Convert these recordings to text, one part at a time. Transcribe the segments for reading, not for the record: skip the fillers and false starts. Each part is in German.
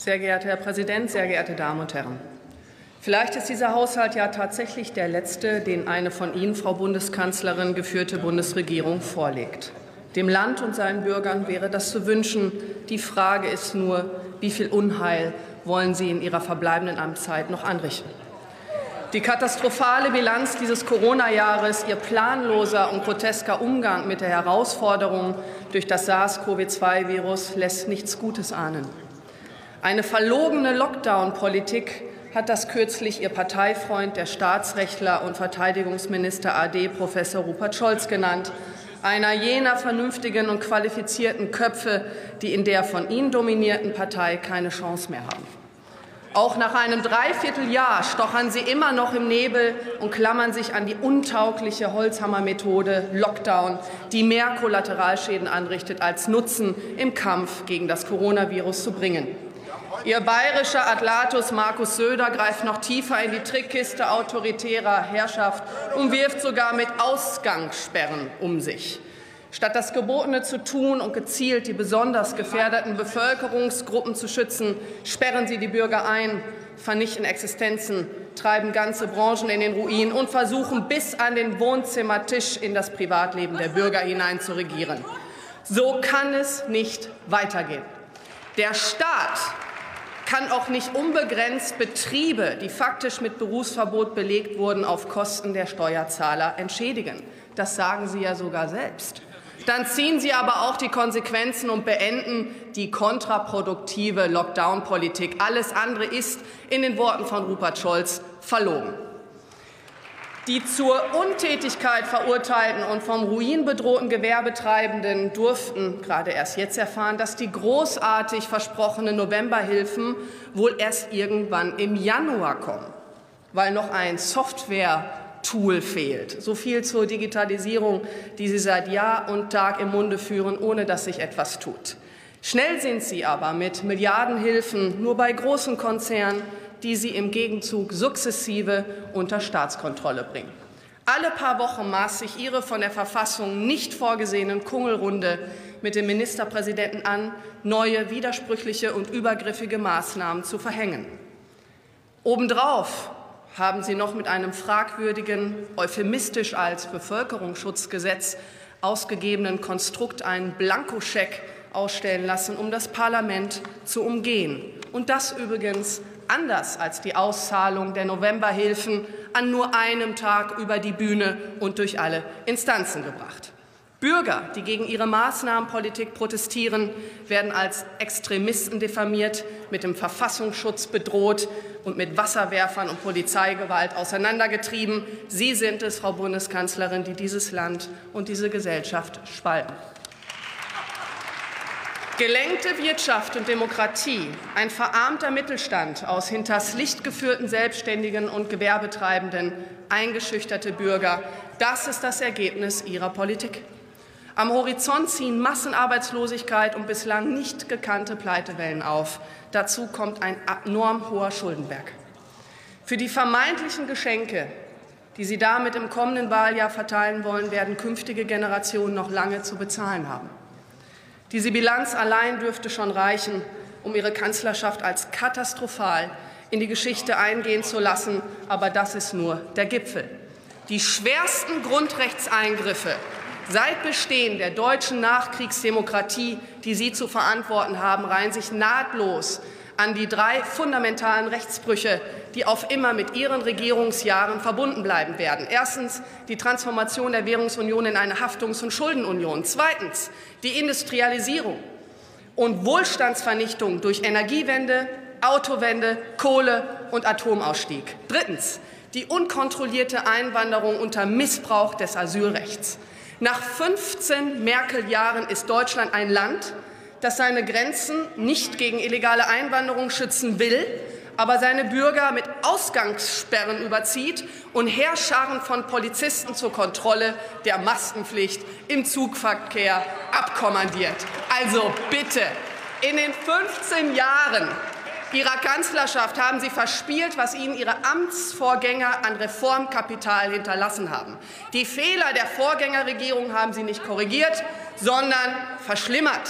Sehr geehrter Herr Präsident, sehr geehrte Damen und Herren! Vielleicht ist dieser Haushalt ja tatsächlich der letzte, den eine von Ihnen, Frau Bundeskanzlerin, geführte Bundesregierung vorlegt. Dem Land und seinen Bürgern wäre das zu wünschen. Die Frage ist nur, wie viel Unheil wollen Sie in Ihrer verbleibenden Amtszeit noch anrichten? Die katastrophale Bilanz dieses Corona-Jahres, Ihr planloser und grotesker Umgang mit der Herausforderung durch das SARS-CoV-2-Virus lässt nichts Gutes ahnen. Eine verlogene Lockdown-Politik hat das kürzlich Ihr Parteifreund, der Staatsrechtler und Verteidigungsminister AD Professor Rupert Scholz genannt, einer jener vernünftigen und qualifizierten Köpfe, die in der von Ihnen dominierten Partei keine Chance mehr haben. Auch nach einem Dreivierteljahr stochern Sie immer noch im Nebel und klammern sich an die untaugliche Holzhammer-Methode Lockdown, die mehr Kollateralschäden anrichtet, als Nutzen im Kampf gegen das Coronavirus zu bringen. Ihr bayerischer Adlatus Markus Söder greift noch tiefer in die Trickkiste autoritärer Herrschaft und wirft sogar mit Ausgangssperren um sich. Statt das Gebotene zu tun und gezielt die besonders gefährdeten Bevölkerungsgruppen zu schützen, sperren Sie die Bürger ein, vernichten Existenzen, treiben ganze Branchen in den Ruin und versuchen bis an den Wohnzimmertisch in das Privatleben der Bürger hinein zu regieren. So kann es nicht weitergehen. Der Staat kann auch nicht unbegrenzt Betriebe, die faktisch mit Berufsverbot belegt wurden, auf Kosten der Steuerzahler entschädigen. Das sagen Sie ja sogar selbst. Dann ziehen Sie aber auch die Konsequenzen und beenden die kontraproduktive Lockdown-Politik. Alles andere ist, in den Worten von Rupert Scholz, verlogen. Die zur Untätigkeit verurteilten und vom Ruin bedrohten Gewerbetreibenden durften gerade erst jetzt erfahren, dass die großartig versprochenen Novemberhilfen wohl erst irgendwann im Januar kommen, weil noch ein Software-Tool fehlt. So viel zur Digitalisierung, die Sie seit Jahr und Tag im Munde führen, ohne dass sich etwas tut. Schnell sind Sie aber mit Milliardenhilfen nur bei großen Konzernen, die Sie im Gegenzug sukzessive unter Staatskontrolle bringen. Alle paar Wochen maß sich Ihre von der Verfassung nicht vorgesehenen Kungelrunde mit dem Ministerpräsidenten an, neue, widersprüchliche und übergriffige Maßnahmen zu verhängen. Obendrauf haben Sie noch mit einem fragwürdigen, euphemistisch als Bevölkerungsschutzgesetz ausgegebenen Konstrukt einen Blankoscheck ausstellen lassen, um das Parlament zu umgehen. Und das übrigens anders als die Auszahlung der Novemberhilfen an nur einem Tag über die Bühne und durch alle Instanzen gebracht. Bürger, die gegen Ihre Maßnahmenpolitik protestieren, werden als Extremisten diffamiert, mit dem Verfassungsschutz bedroht und mit Wasserwerfern und Polizeigewalt auseinandergetrieben. Sie sind es, Frau Bundeskanzlerin, die dieses Land und diese Gesellschaft spalten. Gelenkte Wirtschaft und Demokratie, ein verarmter Mittelstand aus hinters Licht geführten Selbstständigen und Gewerbetreibenden, eingeschüchterte Bürger, das ist das Ergebnis Ihrer Politik. Am Horizont ziehen Massenarbeitslosigkeit und bislang nicht gekannte Pleitewellen auf. Dazu kommt ein enorm hoher Schuldenberg. Für die vermeintlichen Geschenke, die Sie damit im kommenden Wahljahr verteilen wollen, werden künftige Generationen noch lange zu bezahlen haben. Diese Bilanz allein dürfte schon reichen, um Ihre Kanzlerschaft als katastrophal in die Geschichte eingehen zu lassen. Aber das ist nur der Gipfel. Die schwersten Grundrechtseingriffe seit Bestehen der deutschen Nachkriegsdemokratie, die Sie zu verantworten haben, reihen sich nahtlos an die 3 fundamentalen Rechtsbrüche, die auf immer mit Ihren Regierungsjahren verbunden bleiben werden. Erstens die Transformation der Währungsunion in eine Haftungs- und Schuldenunion. Zweitens die Industrialisierung und Wohlstandsvernichtung durch Energiewende, Autowende, Kohle- und Atomausstieg. Drittens die unkontrollierte Einwanderung unter Missbrauch des Asylrechts. Nach 15 Merkel-Jahren ist Deutschland ein Land, das seine Grenzen nicht gegen illegale Einwanderung schützen will, aber seine Bürger mit Ausgangssperren überzieht und Heerscharen von Polizisten zur Kontrolle der Maskenpflicht im Zugverkehr abkommandiert. Also bitte, in den 15 Jahren Ihrer Kanzlerschaft haben Sie verspielt, was Ihnen Ihre Amtsvorgänger an Reformkapital hinterlassen haben. Die Fehler der Vorgängerregierung haben Sie nicht korrigiert, sondern verschlimmert.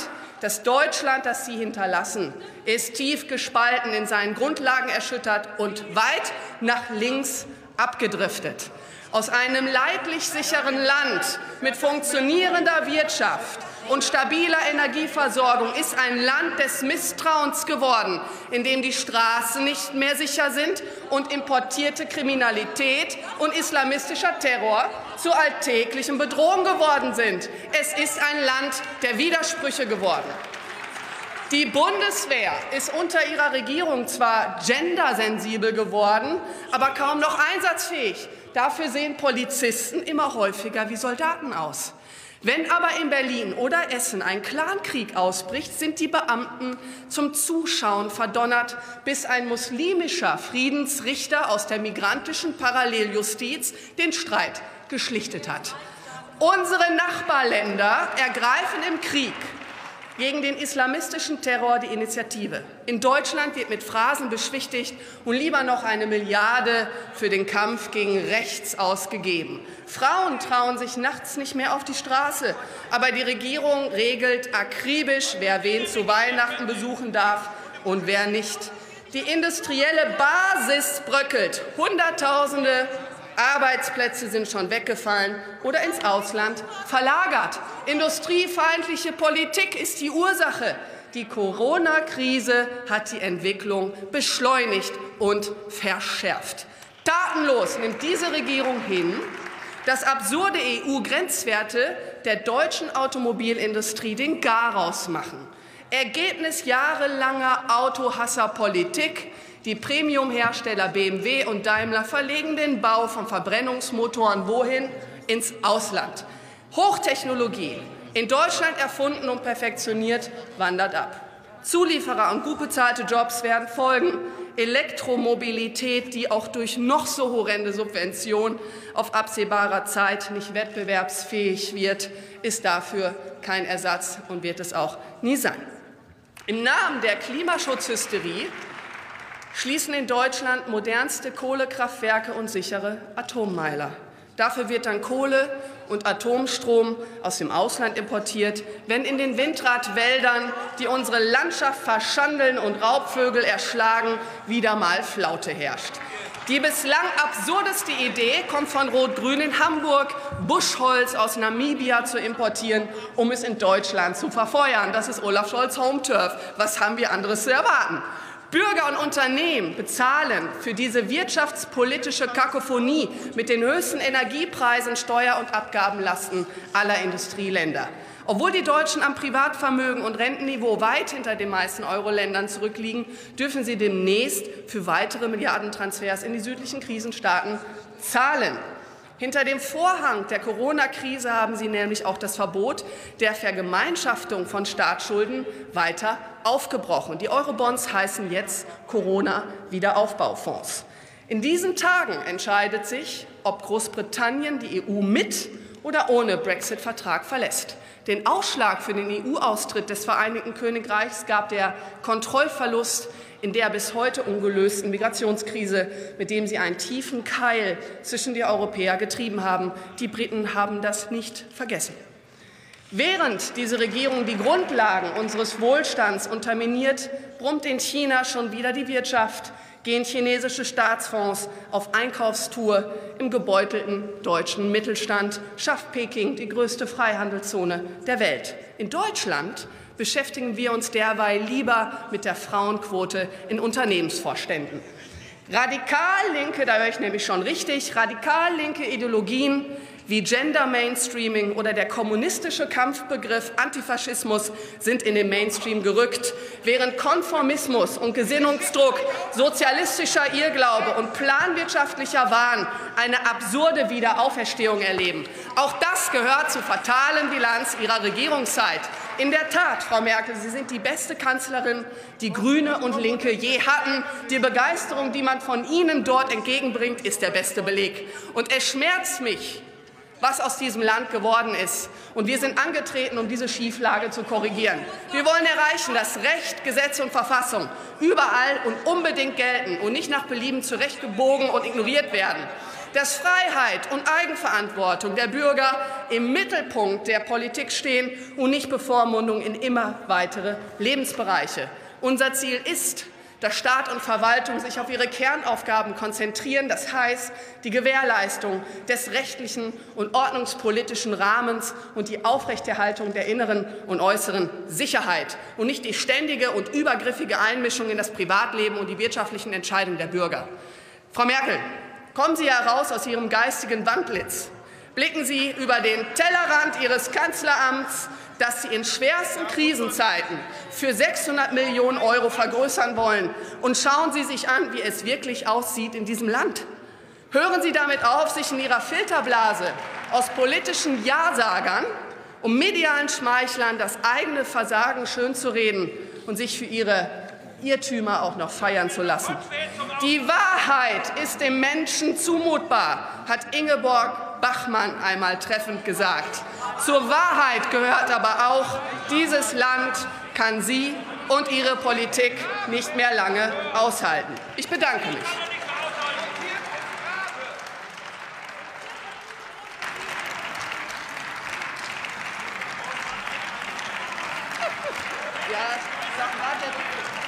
Das Deutschland, das Sie hinterlassen, ist tief gespalten, in seinen Grundlagen erschüttert und weit nach links abgedriftet. Aus einem leidlich sicheren Land mit funktionierender Wirtschaft und stabiler Energieversorgung ist ein Land des Misstrauens geworden, in dem die Straßen nicht mehr sicher sind und importierte Kriminalität und islamistischer Terror zur alltäglichen Bedrohung geworden sind. Es ist ein Land der Widersprüche geworden. Die Bundeswehr ist unter ihrer Regierung zwar gendersensibel geworden, aber kaum noch einsatzfähig. Dafür sehen Polizisten immer häufiger wie Soldaten aus. Wenn aber in Berlin oder Essen ein Clankrieg ausbricht, sind die Beamten zum Zuschauen verdonnert, bis ein muslimischer Friedensrichter aus der migrantischen Paralleljustiz den Streit geschlichtet hat. Unsere Nachbarländer ergreifen im Krieg gegen den islamistischen Terror die Initiative. In Deutschland wird mit Phrasen beschwichtigt und lieber noch 1 Milliarde für den Kampf gegen rechts ausgegeben. Frauen trauen sich nachts nicht mehr auf die Straße, aber die Regierung regelt akribisch, wer wen zu Weihnachten besuchen darf und wer nicht. Die industrielle Basis bröckelt. Hunderttausende Arbeitsplätze sind schon weggefallen oder ins Ausland verlagert. Industriefeindliche Politik ist die Ursache. Die Corona-Krise hat die Entwicklung beschleunigt und verschärft. Tatenlos nimmt diese Regierung hin, dass absurde EU-Grenzwerte der deutschen Automobilindustrie den Garaus machen. Ergebnis jahrelanger Autohasserpolitik. Die Premiumhersteller BMW und Daimler verlegen den Bau von Verbrennungsmotoren wohin? Ins Ausland. Hochtechnologie, in Deutschland erfunden und perfektioniert, wandert ab. Zulieferer und gut bezahlte Jobs werden folgen. Elektromobilität, die auch durch noch so horrende Subventionen auf absehbarer Zeit nicht wettbewerbsfähig wird, ist dafür kein Ersatz und wird es auch nie sein. Im Namen der Klimaschutzhysterie schließen in Deutschland modernste Kohlekraftwerke und sichere Atommeiler. Dafür wird dann Kohle und Atomstrom aus dem Ausland importiert, wenn in den Windradwäldern, die unsere Landschaft verschandeln und Raubvögel erschlagen, wieder mal Flaute herrscht. Die bislang absurdeste Idee kommt von Rot-Grün in Hamburg, Buschholz aus Namibia zu importieren, um es in Deutschland zu verfeuern. Das ist Olaf Scholz' Home-Turf. Was haben wir anderes zu erwarten? Bürger und Unternehmen bezahlen für diese wirtschaftspolitische Kakophonie mit den höchsten Energiepreisen, Steuer- und Abgabenlasten aller Industrieländer. Obwohl die Deutschen am Privatvermögen und Rentenniveau weit hinter den meisten Euro-Ländern zurückliegen, dürfen sie demnächst für weitere Milliardentransfers in die südlichen Krisenstaaten zahlen. Hinter dem Vorhang der Corona-Krise haben Sie nämlich auch das Verbot der Vergemeinschaftung von Staatsschulden weiter aufgebrochen. Die Eurobonds heißen jetzt Corona-Wiederaufbaufonds. In diesen Tagen entscheidet sich, ob Großbritannien die EU mit oder ohne Brexit-Vertrag verlässt. Den Ausschlag für den EU-Austritt des Vereinigten Königreichs gab der Kontrollverlust in der bis heute ungelösten Migrationskrise, mit dem sie einen tiefen Keil zwischen die Europäer getrieben haben. Die Briten haben das nicht vergessen. Während diese Regierung die Grundlagen unseres Wohlstands unterminiert, brummt in China schon wieder die Wirtschaft, gehen chinesische Staatsfonds auf Einkaufstour im gebeutelten deutschen Mittelstand, schafft Peking die größte Freihandelszone der Welt. In Deutschland beschäftigen wir uns derweil lieber mit der Frauenquote in Unternehmensvorständen. Radikal-linke, da höre ich nämlich schon richtig, radikal-linke Ideologien wie Gender Mainstreaming oder der kommunistische Kampfbegriff Antifaschismus sind in den Mainstream gerückt, während Konformismus und Gesinnungsdruck, sozialistischer Irrglaube und planwirtschaftlicher Wahn eine absurde Wiederauferstehung erleben. Auch das gehört zur fatalen Bilanz Ihrer Regierungszeit. In der Tat, Frau Merkel, Sie sind die beste Kanzlerin, die Grüne und Linke je hatten. Die Begeisterung, die man von Ihnen dort entgegenbringt, ist der beste Beleg. Und es schmerzt mich, was aus diesem Land geworden ist. Und wir sind angetreten, um diese Schieflage zu korrigieren. Wir wollen erreichen, dass Recht, Gesetz und Verfassung überall und unbedingt gelten und nicht nach Belieben zurechtgebogen und ignoriert werden. dass Freiheit und Eigenverantwortung der Bürger im Mittelpunkt der Politik stehen und nicht Bevormundung in immer weitere Lebensbereiche. Unser Ziel ist, dass Staat und Verwaltung sich auf ihre Kernaufgaben konzentrieren, das heißt die Gewährleistung des rechtlichen und ordnungspolitischen Rahmens und die Aufrechterhaltung der inneren und äußeren Sicherheit und nicht die ständige und übergriffige Einmischung in das Privatleben und die wirtschaftlichen Entscheidungen der Bürger. Frau Merkel, kommen Sie heraus aus Ihrem geistigen Wandlitz. Blicken Sie über den Tellerrand Ihres Kanzleramts, das Sie in schwersten Krisenzeiten für 600 Millionen € vergrößern wollen. Und schauen Sie sich an, wie es wirklich aussieht in diesem Land. Hören Sie damit auf, sich in Ihrer Filterblase aus politischen Ja-Sagern und medialen Schmeichlern das eigene Versagen schönzureden und sich für Ihre Irrtümer auch noch feiern zu lassen. Die Wahrheit ist dem Menschen zumutbar, hat Ingeborg Bachmann einmal treffend gesagt. Zur Wahrheit gehört aber auch, dieses Land kann Sie und Ihre Politik nicht mehr lange aushalten. Ich bedanke mich. Ja, warte.